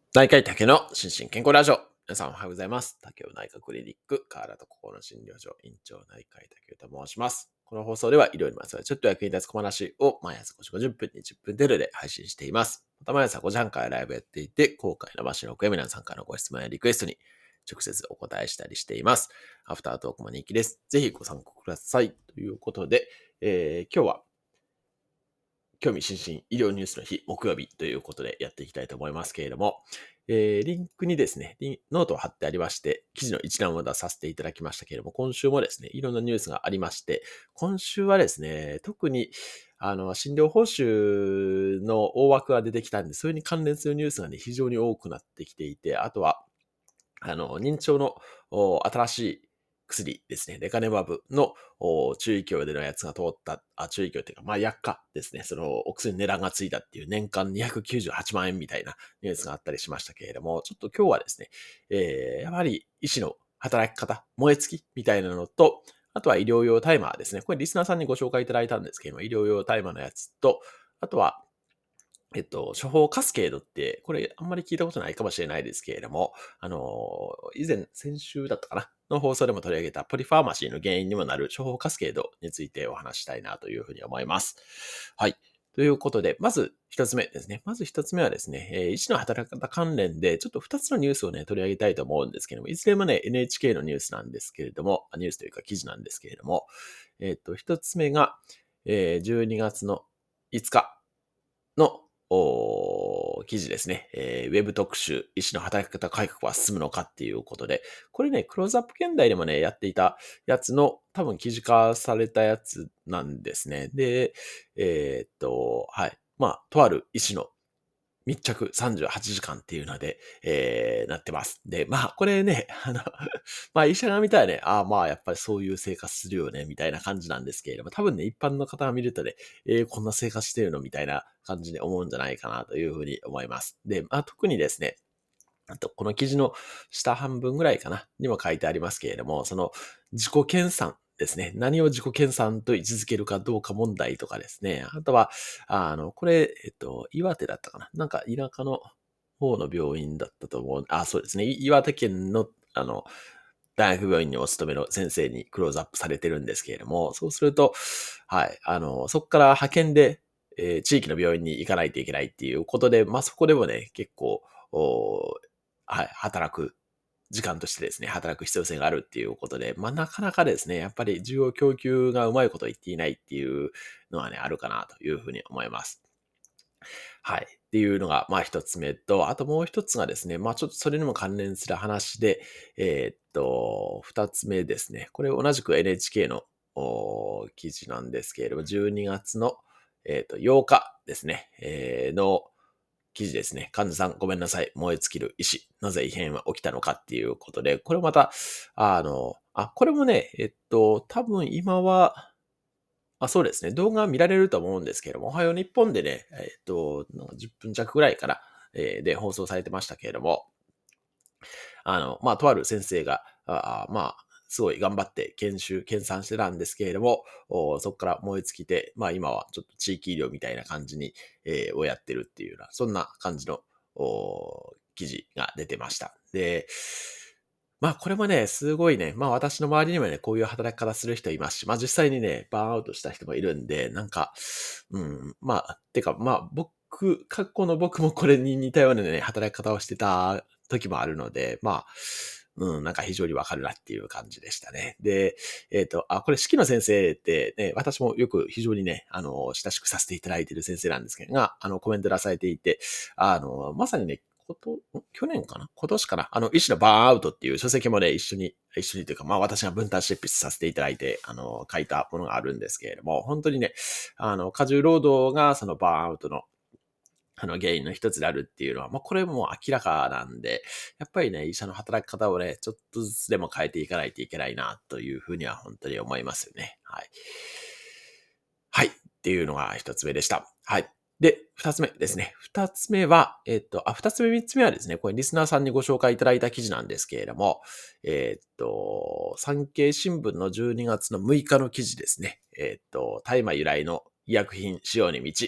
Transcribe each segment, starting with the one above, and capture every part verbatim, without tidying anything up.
内科医竹の心身健康ラジオ。皆さんおはようございます。竹尾内科クリニック、河原と心の診療所、院長内科医竹尾と申します。この放送では医療にまつわるちょっと役に立つ小話を毎朝ごじごじゅっぷんにじゅっぷん程度で配信しています。また毎朝ごじはんからライブやっていて、後悔の場所の声皆さんからのご質問やリクエストに直接お答えしたりしています。アフタートークも人気です。ぜひご参考ください。ということで、えー、今日は興味津々医療ニュースの日、木曜日ということでやっていきたいと思いますけれども、えー、リンクにですね、ノートを貼ってありまして、記事の一覧を出させていただきましたけれども、今週もですね、いろんなニュースがありまして、今週はですね、特に、あの、診療報酬の大枠が出てきたんで、それに関連するニュースがね、非常に多くなってきていて、あとは、あの、認知症の新しい薬ですね。レカネマブの注意協でのやつが通った、あ、注意協っていうか、まあ、薬価ですね。そのお薬に値段がついたっていう年間にひゃくきゅうじゅうはちまんえんみたいなニュースがあったりしましたけれども、ちょっと今日はですね、えー、やはり医師の働き方、燃え尽きみたいなのと、あとは医療用タイマーですね。これリスナーさんにご紹介いただいたんですけども、医療用タイマーのやつと、あとは、えっと、処方カスケードって、これあんまり聞いたことないかもしれないですけれども、あの、以前、先週だったかなの放送でも取り上げたポリファーマシーの原因にもなる処方カスケードについてお話したいなというふうに思います。はい。ということで、まず一つ目ですね。まず一つ目はですね、えー、医師の働き方関連で、ちょっと二つのニュースをね、取り上げたいと思うんですけれども、いずれもね、エヌエイチケー のニュースなんですけれども、ニュースというか記事なんですけれども、えっと、一つ目が、えー、じゅうにがつのいつかの記事ですね、えー。ウェブ特集、医師の働き方改革は進むのかっていうことで、これね、クローズアップ現代でもね、やっていたやつの、多分記事化されたやつなんですね。で、えーっと、はい。まあ、とある医師の密着さんじゅうはちじかんっていうので、えー、なってます。で、まあ、これね、あの、まあ、医者が見たらね、ああ、まあ、やっぱりそういう生活するよね、みたいな感じなんですけれども、多分ね、一般の方が見るとね、えー、こんな生活してるのみたいな感じで思うんじゃないかなというふうに思います。で、まあ、特にですね、あと、この記事の下半分ぐらいかな、にも書いてありますけれども、その、自己研鑽ですね。何を自己研鑽と位置づけるかどうか問題とかですね。あとは、あの、これ、えっと、岩手だったかな。なんか、田舎の方の病院だったと思う。あ、そうですね。岩手県の、あの、大学病院にお勤めの先生にクローズアップされてるんですけれども、そうすると、はい、あの、そこから派遣で、えー地域の病院に行かないといけないっていうことで、まあ、そこでもね、結構、おはい、働く時間としてですね、働く必要性があるっていうことで、まあ、なかなかですね、やっぱり需要供給がうまいこと言っていないっていうのはね、あるかなというふうに思います。はい。っていうのが、まあ一つ目と、あともう一つがですね、まあちょっとそれにも関連する話で、えーっと、二つ目ですね。これ同じく エヌエイチケー のお記事なんですけれども、じゅうにがつの、えーっと、ようかですね、えーの記事ですね。患者さんごめんなさい。燃え尽きる医師。なぜ異変は起きたのかっていうことで、これまた、あの、あ、これもね、えっと、多分今は、あ、そうですね。動画は見られると思うんですけれども、おはよう日本でね、えっと、なんかじゅっぷん弱ぐらいから、えーで放送されてましたけれども、あの、まあ、とある先生が、あまあ、すごい頑張って研修、研鑽してたんですけれども、おそこから燃え尽きて、まあ今はちょっと地域医療みたいな感じに、えーをやってるっていうような、そんな感じのお記事が出てました。で、まあこれもね、すごいね、まあ私の周りにもね、こういう働き方する人いますし、まあ実際にね、バーンアウトした人もいるんで、なんか、うん、まあ、てかまあ僕、過去の僕もこれに似たようなね、働き方をしてた時もあるので、まあ、うん、なんか非常にわかるなっていう感じでしたね。で、えっ、と、あ、これ、式野先生ってね、私もよく非常にね、あの、親しくさせていただいている先生なんですけどが、あの、コメント出されていて、あの、まさにね、こと、ん去年かな今年かなあの、医師のバーンアウトっていう書籍もね、一緒に、一緒にというか、まあ私が分担執筆させていただいて、あの、書いたものがあるんですけれども、本当にね、あの、過重労働がそのバーンアウトのあの原因の一つであるっていうのは、まあこれも明らかなんで、やっぱりね、医者の働き方をね、ちょっとずつでも変えていかないといけないな、というふうには本当に思いますよね。はい。はい。っていうのが一つ目でした。はい。で、二つ目ですね。二つ目は、えっと、あ、二つ目、三つ目はですね、これリスナーさんにご紹介いただいた記事なんですけれども、えっと、産経新聞のじゅうにがつのむいかの記事ですね。えっと、大麻由来の医薬品使用に道。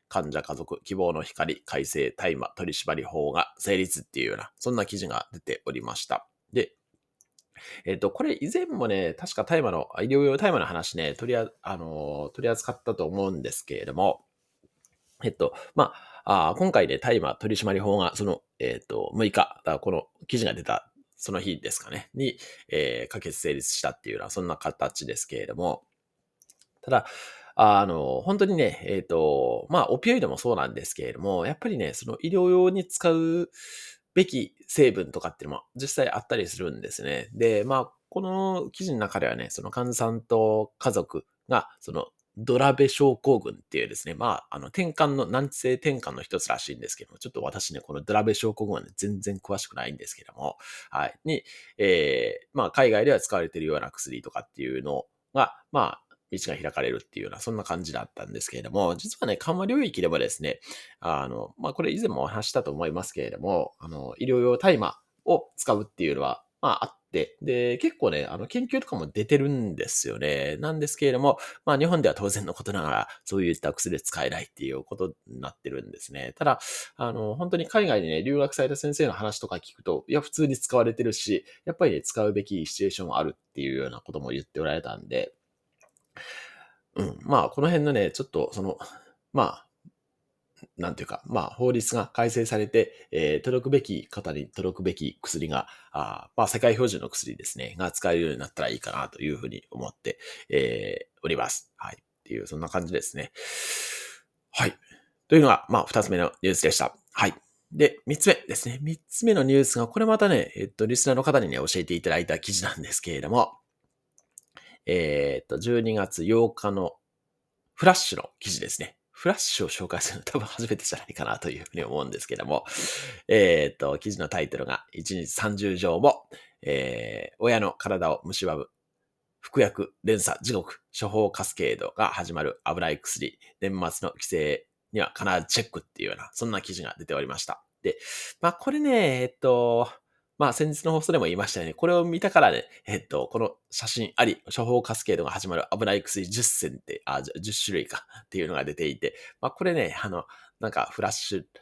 患者家族希望の光改正大麻取締法が成立っていうような、そんな記事が出ておりました。で、えっと、これ以前もね、確か大麻の、医療用大麻の話ね、取りあ、あのー取り扱ったと思うんですけれども、えっと、まあ、あー今回ね、大麻取締法が、その、えっと、むいか、だからこの記事が出た、その日ですかね、に、えー可決成立したっていうような、そんな形ですけれども、ただ、あの、本当にね、えっと、まあ、オピオイドもそうなんですけれども、やっぱりね、その医療用に使うべき成分とかっていうのも実際あったりするんですね。で、まあ、この記事の中ではね、その患者さんと家族が、そのドラベ症候群っていうですね、まあ、あの、転換の、難治性転換の一つらしいんですけども、ちょっと私ね、このドラベ症候群はね、全然詳しくないんですけども、はい、に、えー、まあ、海外では使われているような薬とかっていうのが、まあ、道が開かれるっていうような、そんな感じだったんですけれども、実はね、緩和領域でもですね、あの、まあ、これ以前もお話ししたと思いますけれども、あの、医療用大麻を使うっていうのは、まあ、あって、で、結構ね、あの、研究とかも出てるんですよね。なんですけれども、まあ、日本では当然のことながら、そういった薬で使えないっていうことになってるんですね。ただ、あの、本当に海外でね、留学された先生の話とか聞くと、いや、普通に使われてるし、やっぱりね、使うべきシチュエーションはあるっていうようなことも言っておられたんで、うん。まあ、この辺のね、ちょっと、その、まあ、なんていうか、まあ、法律が改正されて、えー届くべき方に届くべき薬が、あまあ、世界標準の薬ですね、が使えるようになったらいいかなというふうに思って、えーおります。はい。っていう、そんな感じですね。はい。というのが、まあ、二つ目のニュースでした。はい。で、三つ目ですね。三つ目のニュースが、これまたね、えっと、リスナーの方にね、教えていただいた記事なんですけれども、えっと、じゅうにがつようかのフラッシュの記事ですね。フラッシュを紹介するの多分初めてじゃないかなというふうに思うんですけども、えっと、記事のタイトルがいちにちさんじゅうじょうも、えー、親の体を蝕む服薬、連鎖、地獄、処方カスケードが始まる危ない薬、年末の規制には必ずチェックっていうような、そんな記事が出ておりました。で、まあこれね、えっと、まあ先日の放送でも言いましたよね。これを見たからね、えっと、この写真あり、処方カスケードが始まる危ない薬じゅっせんって、あ、じゃじゅっしゅるいかっていうのが出ていて、まあこれね、あの、なんかフラッシュ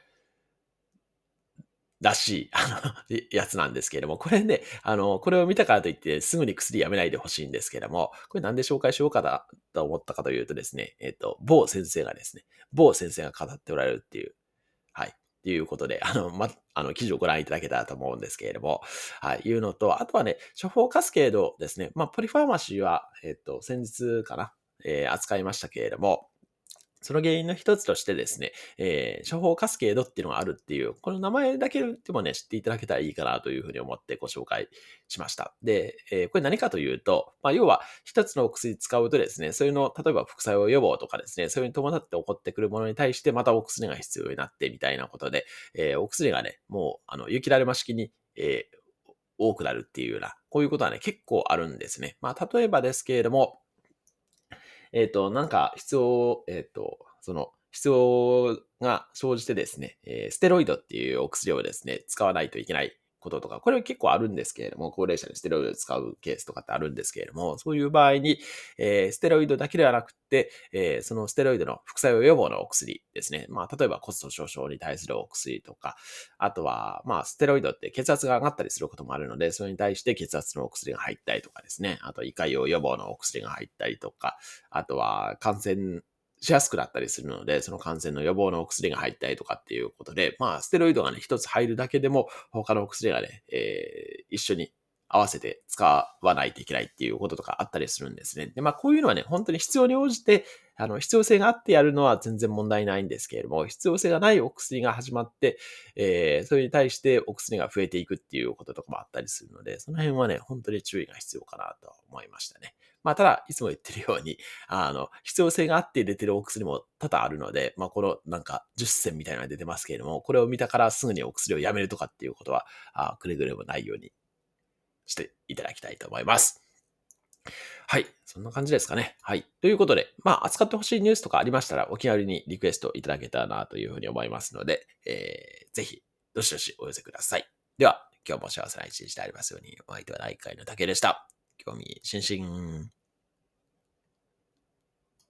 らしい、あの、やつなんですけれども、これね、あの、これを見たからといって、すぐに薬やめないでほしいんですけれども、これなんで紹介しようかなと思ったかというとですね、えっと、某先生がですね、某先生が語っておられるっていう、はい、っていうことで、あの、ま、あの、記事をご覧いただけたらと思うんですけれども、はい、いうのと、あとはね、処方カスケードですね、まあ、ポリファーマシーは、えっと、先日かな、えー扱いましたけれども、その原因の一つとしてですね、えー処方カスケードっていうのがあるっていう、この名前だけでもね、知っていただけたらいいかなというふうに思ってご紹介しました。で、えーこれ何かというと、まあ、要は一つのお薬使うとですね、そういうの、例えば副作用予防とかですね、それに伴って起こってくるものに対してまたお薬が必要になってみたいなことで、えーお薬がね、もう、あの、雪だるま式に、えー多くなるっていうような、こういうことはね、結構あるんですね。まあ、例えばですけれども、えっと、なんか必要、えっと、その、必要が生じてですね、えーステロイドっていうお薬をですね、使わないといけないこととか、これは結構あるんですけれども、高齢者にステロイドを使うケースとかってあるんですけれども、そういう場合に、えーステロイドだけではなくて、えーそのステロイドの副作用予防のお薬ですね。まあ、例えば骨粗鬆症に対するお薬とか、あとは、まあ、ステロイドって血圧が上がったりすることもあるので、それに対して血圧のお薬が入ったりとかですね、あと胃潰瘍予防のお薬が入ったりとか、あとは感染しやすくなったりするので、その感染の予防のお薬が入ったりとかっていうことで、まあ、ステロイドがね、一つ入るだけでも、他のお薬がね、えー一緒に合わせて使わないといけないっていうこととかあったりするんですね。で、まあ、こういうのはね、本当に必要に応じて、あの、必要性があってやるのは全然問題ないんですけれども、必要性がないお薬が始まって、えーそれに対してお薬が増えていくっていうこととかもあったりするので、その辺はね、本当に注意が必要かなと思いましたね。まあ、ただ、いつも言ってるように、あの、必要性があって出てるお薬も多々あるので、まあ、このなんかじゅっせんみたいなのが出てますけれども、これを見たからすぐにお薬をやめるとかっていうことは、あくれぐれもないようにしていただきたいと思います。はい。そんな感じですかね。はい。ということで、まあ、扱ってほしいニュースとかありましたら、お気軽にリクエストいただけたらなというふうに思いますので、えー、ぜひ、どしどしお寄せください。では、今日も幸せな一日でありますように、お相手は内科医の竹でした。興味津々。